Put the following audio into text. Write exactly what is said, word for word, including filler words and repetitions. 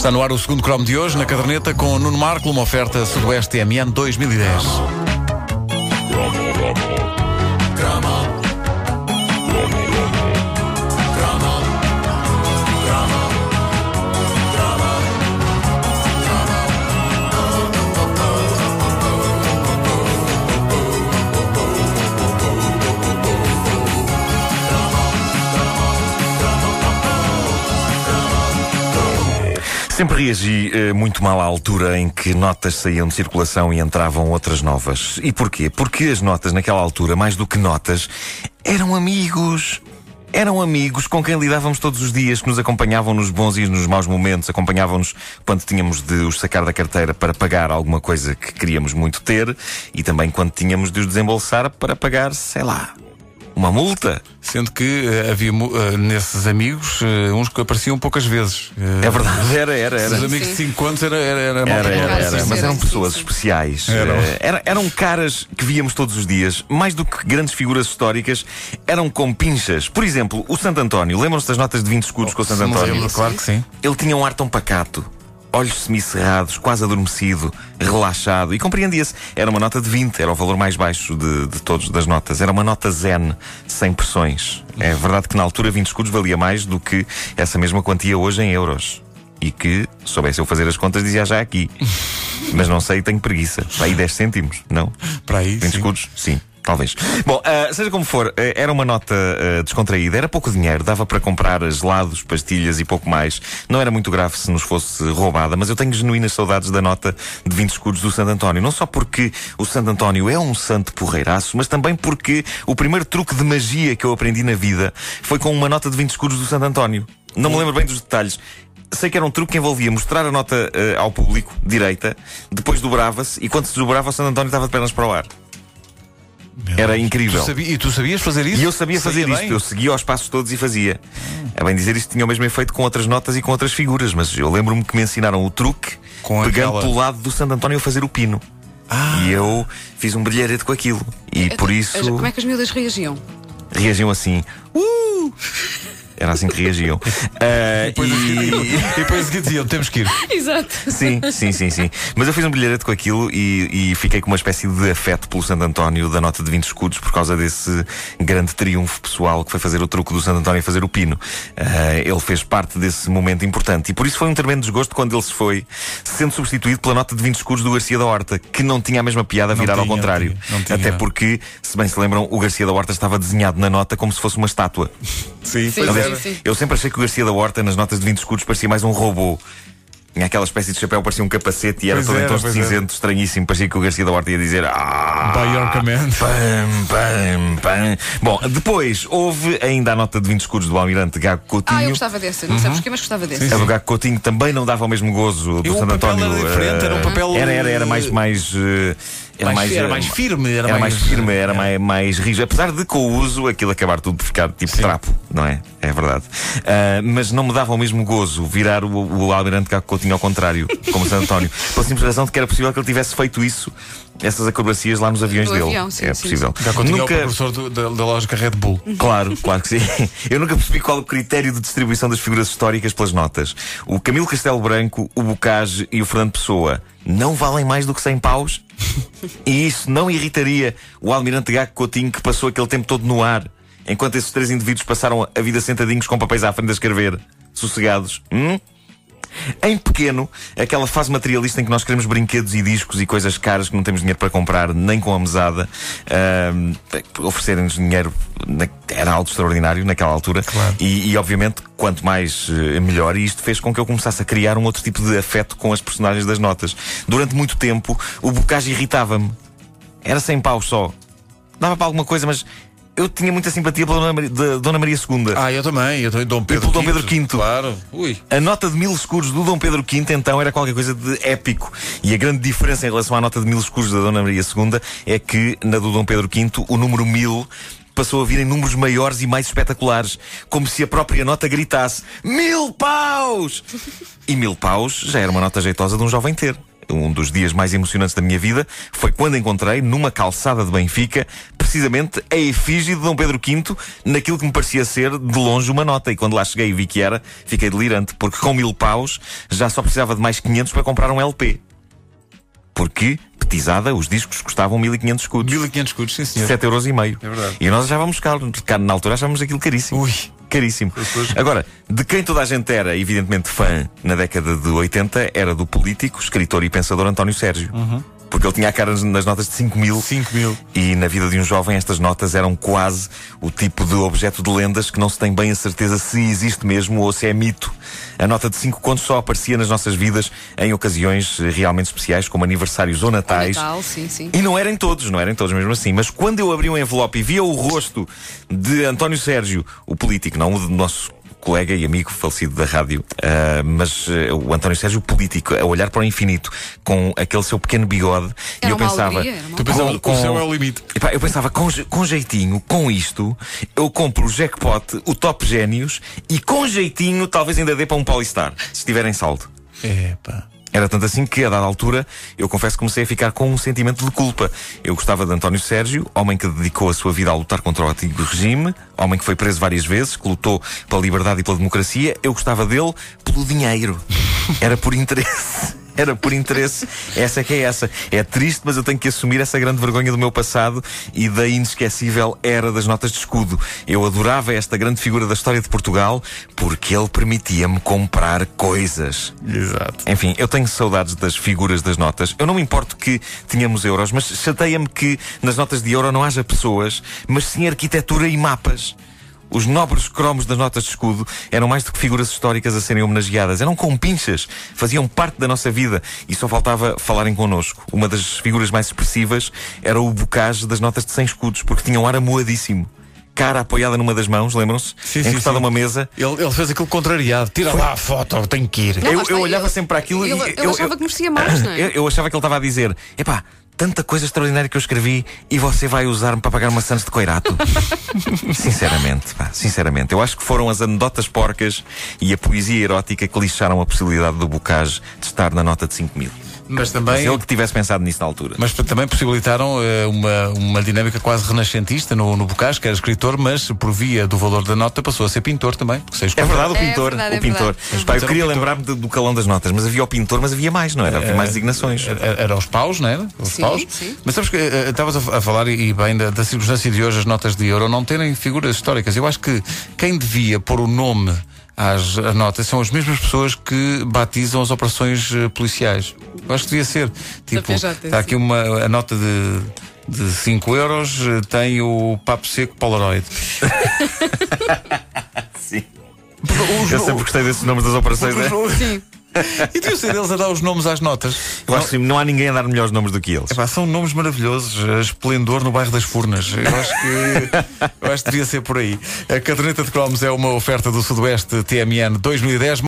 Está no ar o segundo cromo de hoje, na caderneta, com Nuno Marco, uma oferta Sudoeste T M N dois mil e dez. Sempre reagi eh, muito mal à altura em que notas saíam de circulação e entravam outras novas. E porquê? Porque as notas naquela altura, mais do que notas, eram amigos. Eram amigos com quem lidávamos todos os dias, que nos acompanhavam nos bons e nos maus momentos, acompanhavam-nos quando tínhamos de os sacar da carteira para pagar alguma coisa que queríamos muito ter e também quando tínhamos de os desembolsar para pagar, sei lá, uma multa. Sendo que uh, havia uh, nesses amigos uh, uns que apareciam poucas vezes. Uh, é verdade, era, era, era. Os amigos de cinco anos era, era, era, era, era, era, era. Mas eram sim, pessoas sim. especiais. Eram. Era, eram caras que víamos todos os dias, mais do que grandes figuras históricas, eram compinchas. Por exemplo, o Santo António. Lembram-se das notas de vinte escudos com o Santo António? Lembro, claro que sim. Ele tinha um ar tão pacato, olhos semicerrados, quase adormecido, relaxado, e compreendia-se. Era uma nota de vinte, era o valor mais baixo de, de todos das notas. Era uma nota zen, sem pressões. É verdade que na altura vinte escudos valia mais do que essa mesma quantia hoje em euros. E que, soubesse eu fazer as contas, dizia já aqui. Mas não sei, tenho preguiça. Para aí dez cêntimos, não? Para aí, vinte sim. escudos? Sim. Talvez. Bom, uh, seja como for, uh, era uma nota uh, descontraída, era pouco dinheiro, dava para comprar gelados, pastilhas e pouco mais. Não era muito grave se nos fosse roubada, mas eu tenho genuínas saudades da nota de vinte escudos do Santo António. Não só porque o Santo António é um santo porreiraço, mas também porque o primeiro truque de magia que eu aprendi na vida foi com uma nota de vinte escudos do Santo António. Não me lembro bem dos detalhes. Sei que era um truque que envolvia mostrar a nota uh, ao público, direita, depois dobrava-se e quando se dobrava o Santo António estava de pernas para o ar. Era incrível. Tu sabia, e tu sabias fazer isso? E eu sabia fazer Saía isto. bem? Eu seguia aos passos todos e fazia. É bem dizer, isto tinha o mesmo efeito com outras notas e com outras figuras, mas eu lembro-me que me ensinaram o truque Com pegando aquela... pelo lado do Santo António a fazer o pino. Ah. E eu fiz um brilharete com aquilo. E por isso Como é que as miúdas reagiam? reagiam assim. Uh! Era assim que reagiam. Uh, Depois e... e depois a seguir diziam, temos que ir. Exato. Sim, sim, sim, sim. Mas eu fiz um brilharete com aquilo e, e fiquei com uma espécie de afeto pelo Santo António da nota de vinte escudos por causa desse grande triunfo pessoal que foi fazer o truque do Santo António e fazer o pino. Uh, ele fez parte desse momento importante e por isso foi um tremendo desgosto quando ele se foi, sendo substituído pela nota de vinte escudos do Garcia da Horta, que não tinha a mesma piada Não virar tinha, ao contrário. não tinha, não tinha. Até porque, se bem se lembram, o Garcia da Horta estava desenhado na nota como se fosse uma estátua. Sim, Sim, Aliás, sim, sim. eu sempre achei que o Garcia da Horta, nas notas de vinte escudos, parecia mais um robô. Tinha aquela espécie de chapéu, parecia um capacete e era Pois todo em era, tons de pois era. cinzento, estranhíssimo. Parecia que o Garcia da Horta ia dizer ah, By your command. pam, pam, pam. Bom, depois houve ainda a nota de vinte escudos do Almirante Gago Coutinho. Ah, eu gostava dessa. Não sei porquê, mas gostava dessa. Sim, A do Gago Coutinho também não dava o mesmo gozo do E o Santo papel António. era diferente, era um eh, papel- Era, era, era mais. mais eh, Era Mais, era eh, mais firme. Era, Era mais firme, era é. mais, mais rígido. Apesar de, com o uso, aquilo acabar tudo por ficar tipo Sim. trapo, não é? É verdade. Uh, mas não me dava o mesmo gozo virar o, o Almirante Gago Coutinho ao contrário, como Santo António. Pela simples razão de que era possível que ele tivesse feito isso, essas acrobacias lá nos aviões No dele. avião, sim, é sim, possível. Já continua Nunca... o professor do, da, da lógica Red Bull. Claro, claro que sim. Eu nunca percebi qual o critério de distribuição das figuras históricas pelas notas. O Camilo Castelo Branco, o Bocage e o Fernando Pessoa não valem mais do que cem paus? E isso não irritaria o Almirante Gago Coutinho, que passou aquele tempo todo no ar, enquanto esses três indivíduos passaram a vida sentadinhos com papéis à frente a escrever, sossegados? Hum? Em pequeno, aquela fase materialista em que nós queremos brinquedos e discos e coisas caras que não temos dinheiro para comprar, nem com a mesada, uh, oferecerem-nos dinheiro na, era algo extraordinário naquela altura. Claro. E, e, obviamente, quanto mais uh, melhor. E isto fez com que eu começasse a criar um outro tipo de afeto com as personagens das notas. Durante muito tempo, o Bocage irritava-me. Era cem paus só. Dava para alguma coisa, mas eu tinha muita simpatia pela Dona Maria, de Dona Maria segunda. Ah, eu também. Eu também. Dom Pedro E pelo Dom Pedro Quinto. Claro. Ui. A nota de mil escudos do Dom Pedro Quinto, então, era qualquer coisa de épico. E a grande diferença em relação à nota de mil escudos da Dona Maria segunda é que, na do Dom Pedro Quinto, o número mil passou a vir em números maiores e mais espetaculares. Como se a própria nota gritasse: mil paus! E mil paus já era uma nota jeitosa de um jovem ter. um dos dias mais emocionantes da minha vida foi quando encontrei, numa calçada de Benfica, precisamente a efígie de Dom Pedro quinto, naquilo que me parecia ser, de longe, uma nota. E quando lá cheguei e vi que era, fiquei delirante, porque com mil paus já só precisava de mais quinhentos para comprar um L P. Porque, petizada, os discos custavam mil e quinhentos escudos. mil e quinhentos escudos, sim senhor. sete euros e meio. É verdade. E nós já vamos buscar, cá na altura achávamos aquilo caríssimo. Ui. Caríssimo. Agora, de quem toda a gente era, evidentemente, fã na década de oitenta, era do político, escritor e pensador António Sérgio. Uhum. Porque ele tinha a cara nas notas de cinco mil. cinco mil. E na vida de um jovem estas notas eram quase o tipo de objeto de lendas que não se tem bem a certeza se existe mesmo ou se é mito. A nota de cinco contos só aparecia nas nossas vidas em ocasiões realmente especiais, como aniversários ou natais. Natal, sim, sim. E não eram todos, não eram todos mesmo assim. Mas quando eu abri um envelope e via o rosto de António Sérgio, o político, não o do nosso colega e amigo falecido da rádio, uh, mas uh, o António Sérgio político, a olhar para o infinito com aquele seu pequeno bigode, Era e eu uma pensava, alegria, era uma Tu pensavas que o céu é o limite. epá, eu pensava com, je- com jeitinho, com isto, eu compro o jackpot, o Top Génios, e com jeitinho talvez ainda dê para um Polystar, se estiver em saldo. Epá. Era tanto assim que, a dada altura, eu confesso que comecei a ficar com um sentimento de culpa. Eu gostava de António Sérgio, homem que dedicou a sua vida a lutar contra o antigo regime, homem que foi preso várias vezes, que lutou pela liberdade e pela democracia. Eu gostava dele pelo dinheiro. Era por interesse. Era por interesse. Essa é que é essa. É triste, mas eu tenho que assumir essa grande vergonha do meu passado e da inesquecível era das notas de escudo. Eu adorava esta grande figura da história de Portugal porque ele permitia-me comprar coisas. Exato. Enfim, eu tenho saudades das figuras das notas. Eu não me importo que tenhamos euros, mas chateia-me que nas notas de euro não haja pessoas, mas sim arquitetura e mapas. Os nobres cromos das notas de escudo eram mais do que figuras históricas a serem homenageadas. Eram compinchas, faziam parte da nossa vida e só faltava falarem connosco. Uma das figuras mais expressivas era o bocage das notas de cem escudos, porque tinham um ar amoadíssimo. Cara apoiada numa das mãos, lembram-se? Sim, sim, Encostada a sim. uma mesa. Ele, ele fez aquilo contrariado. Tira lá a foto, tenho que ir. Não, Eu, lá está, eu olhava ele- sempre para aquilo ele, e ele eu, achava eu- que merecia mais, não é? Eu, eu achava que ele estava a dizer: epá, tanta coisa extraordinária que eu escrevi e você vai usar-me para pagar maçãs de coirato. Sinceramente, pá, sinceramente. Eu acho que foram as anedotas porcas e a poesia erótica que lixaram a possibilidade do bocage de estar na nota de cinco mil. Mas Se também. ele que tivesse pensado nisso na altura. Mas também possibilitaram eh, uma, uma dinâmica quase renascentista no, no Bocage, que era escritor, mas por via do valor da nota passou a ser pintor também. Porque seis É contos- verdade, o É pintor. verdade, é o pintor. verdade. Pá, eu Era queria um pintor. lembrar-me de- do calão das notas, mas havia o pintor, mas havia mais, não era? Havia mais designações. Era, era os paus, não era? Os Sim, paus. sim. Mas sabes que eh, estavas a, a falar, e, e bem, da, da circunstância de hoje, as notas de euro não terem figuras históricas. Eu acho que quem devia pôr o nome às, às notas são as mesmas pessoas que batizam as operações eh, policiais. Eu acho que devia ser. Tipo, Também já tem, está aqui uma a nota de. De cinco euros eh, tem o papo seco Polaroid. Sim. Os- Eu sempre gostei desses nomes das operações. né? Sim. E deviam ser eles a dar os nomes às notas. Eu acho que não há ninguém a dar melhores nomes do que eles. Epá, são nomes maravilhosos. A Esplendor no bairro das Furnas. Eu acho que eu acho que devia ser por aí. A caderneta de cromos é uma oferta do Sudoeste T M N dois mil e dez.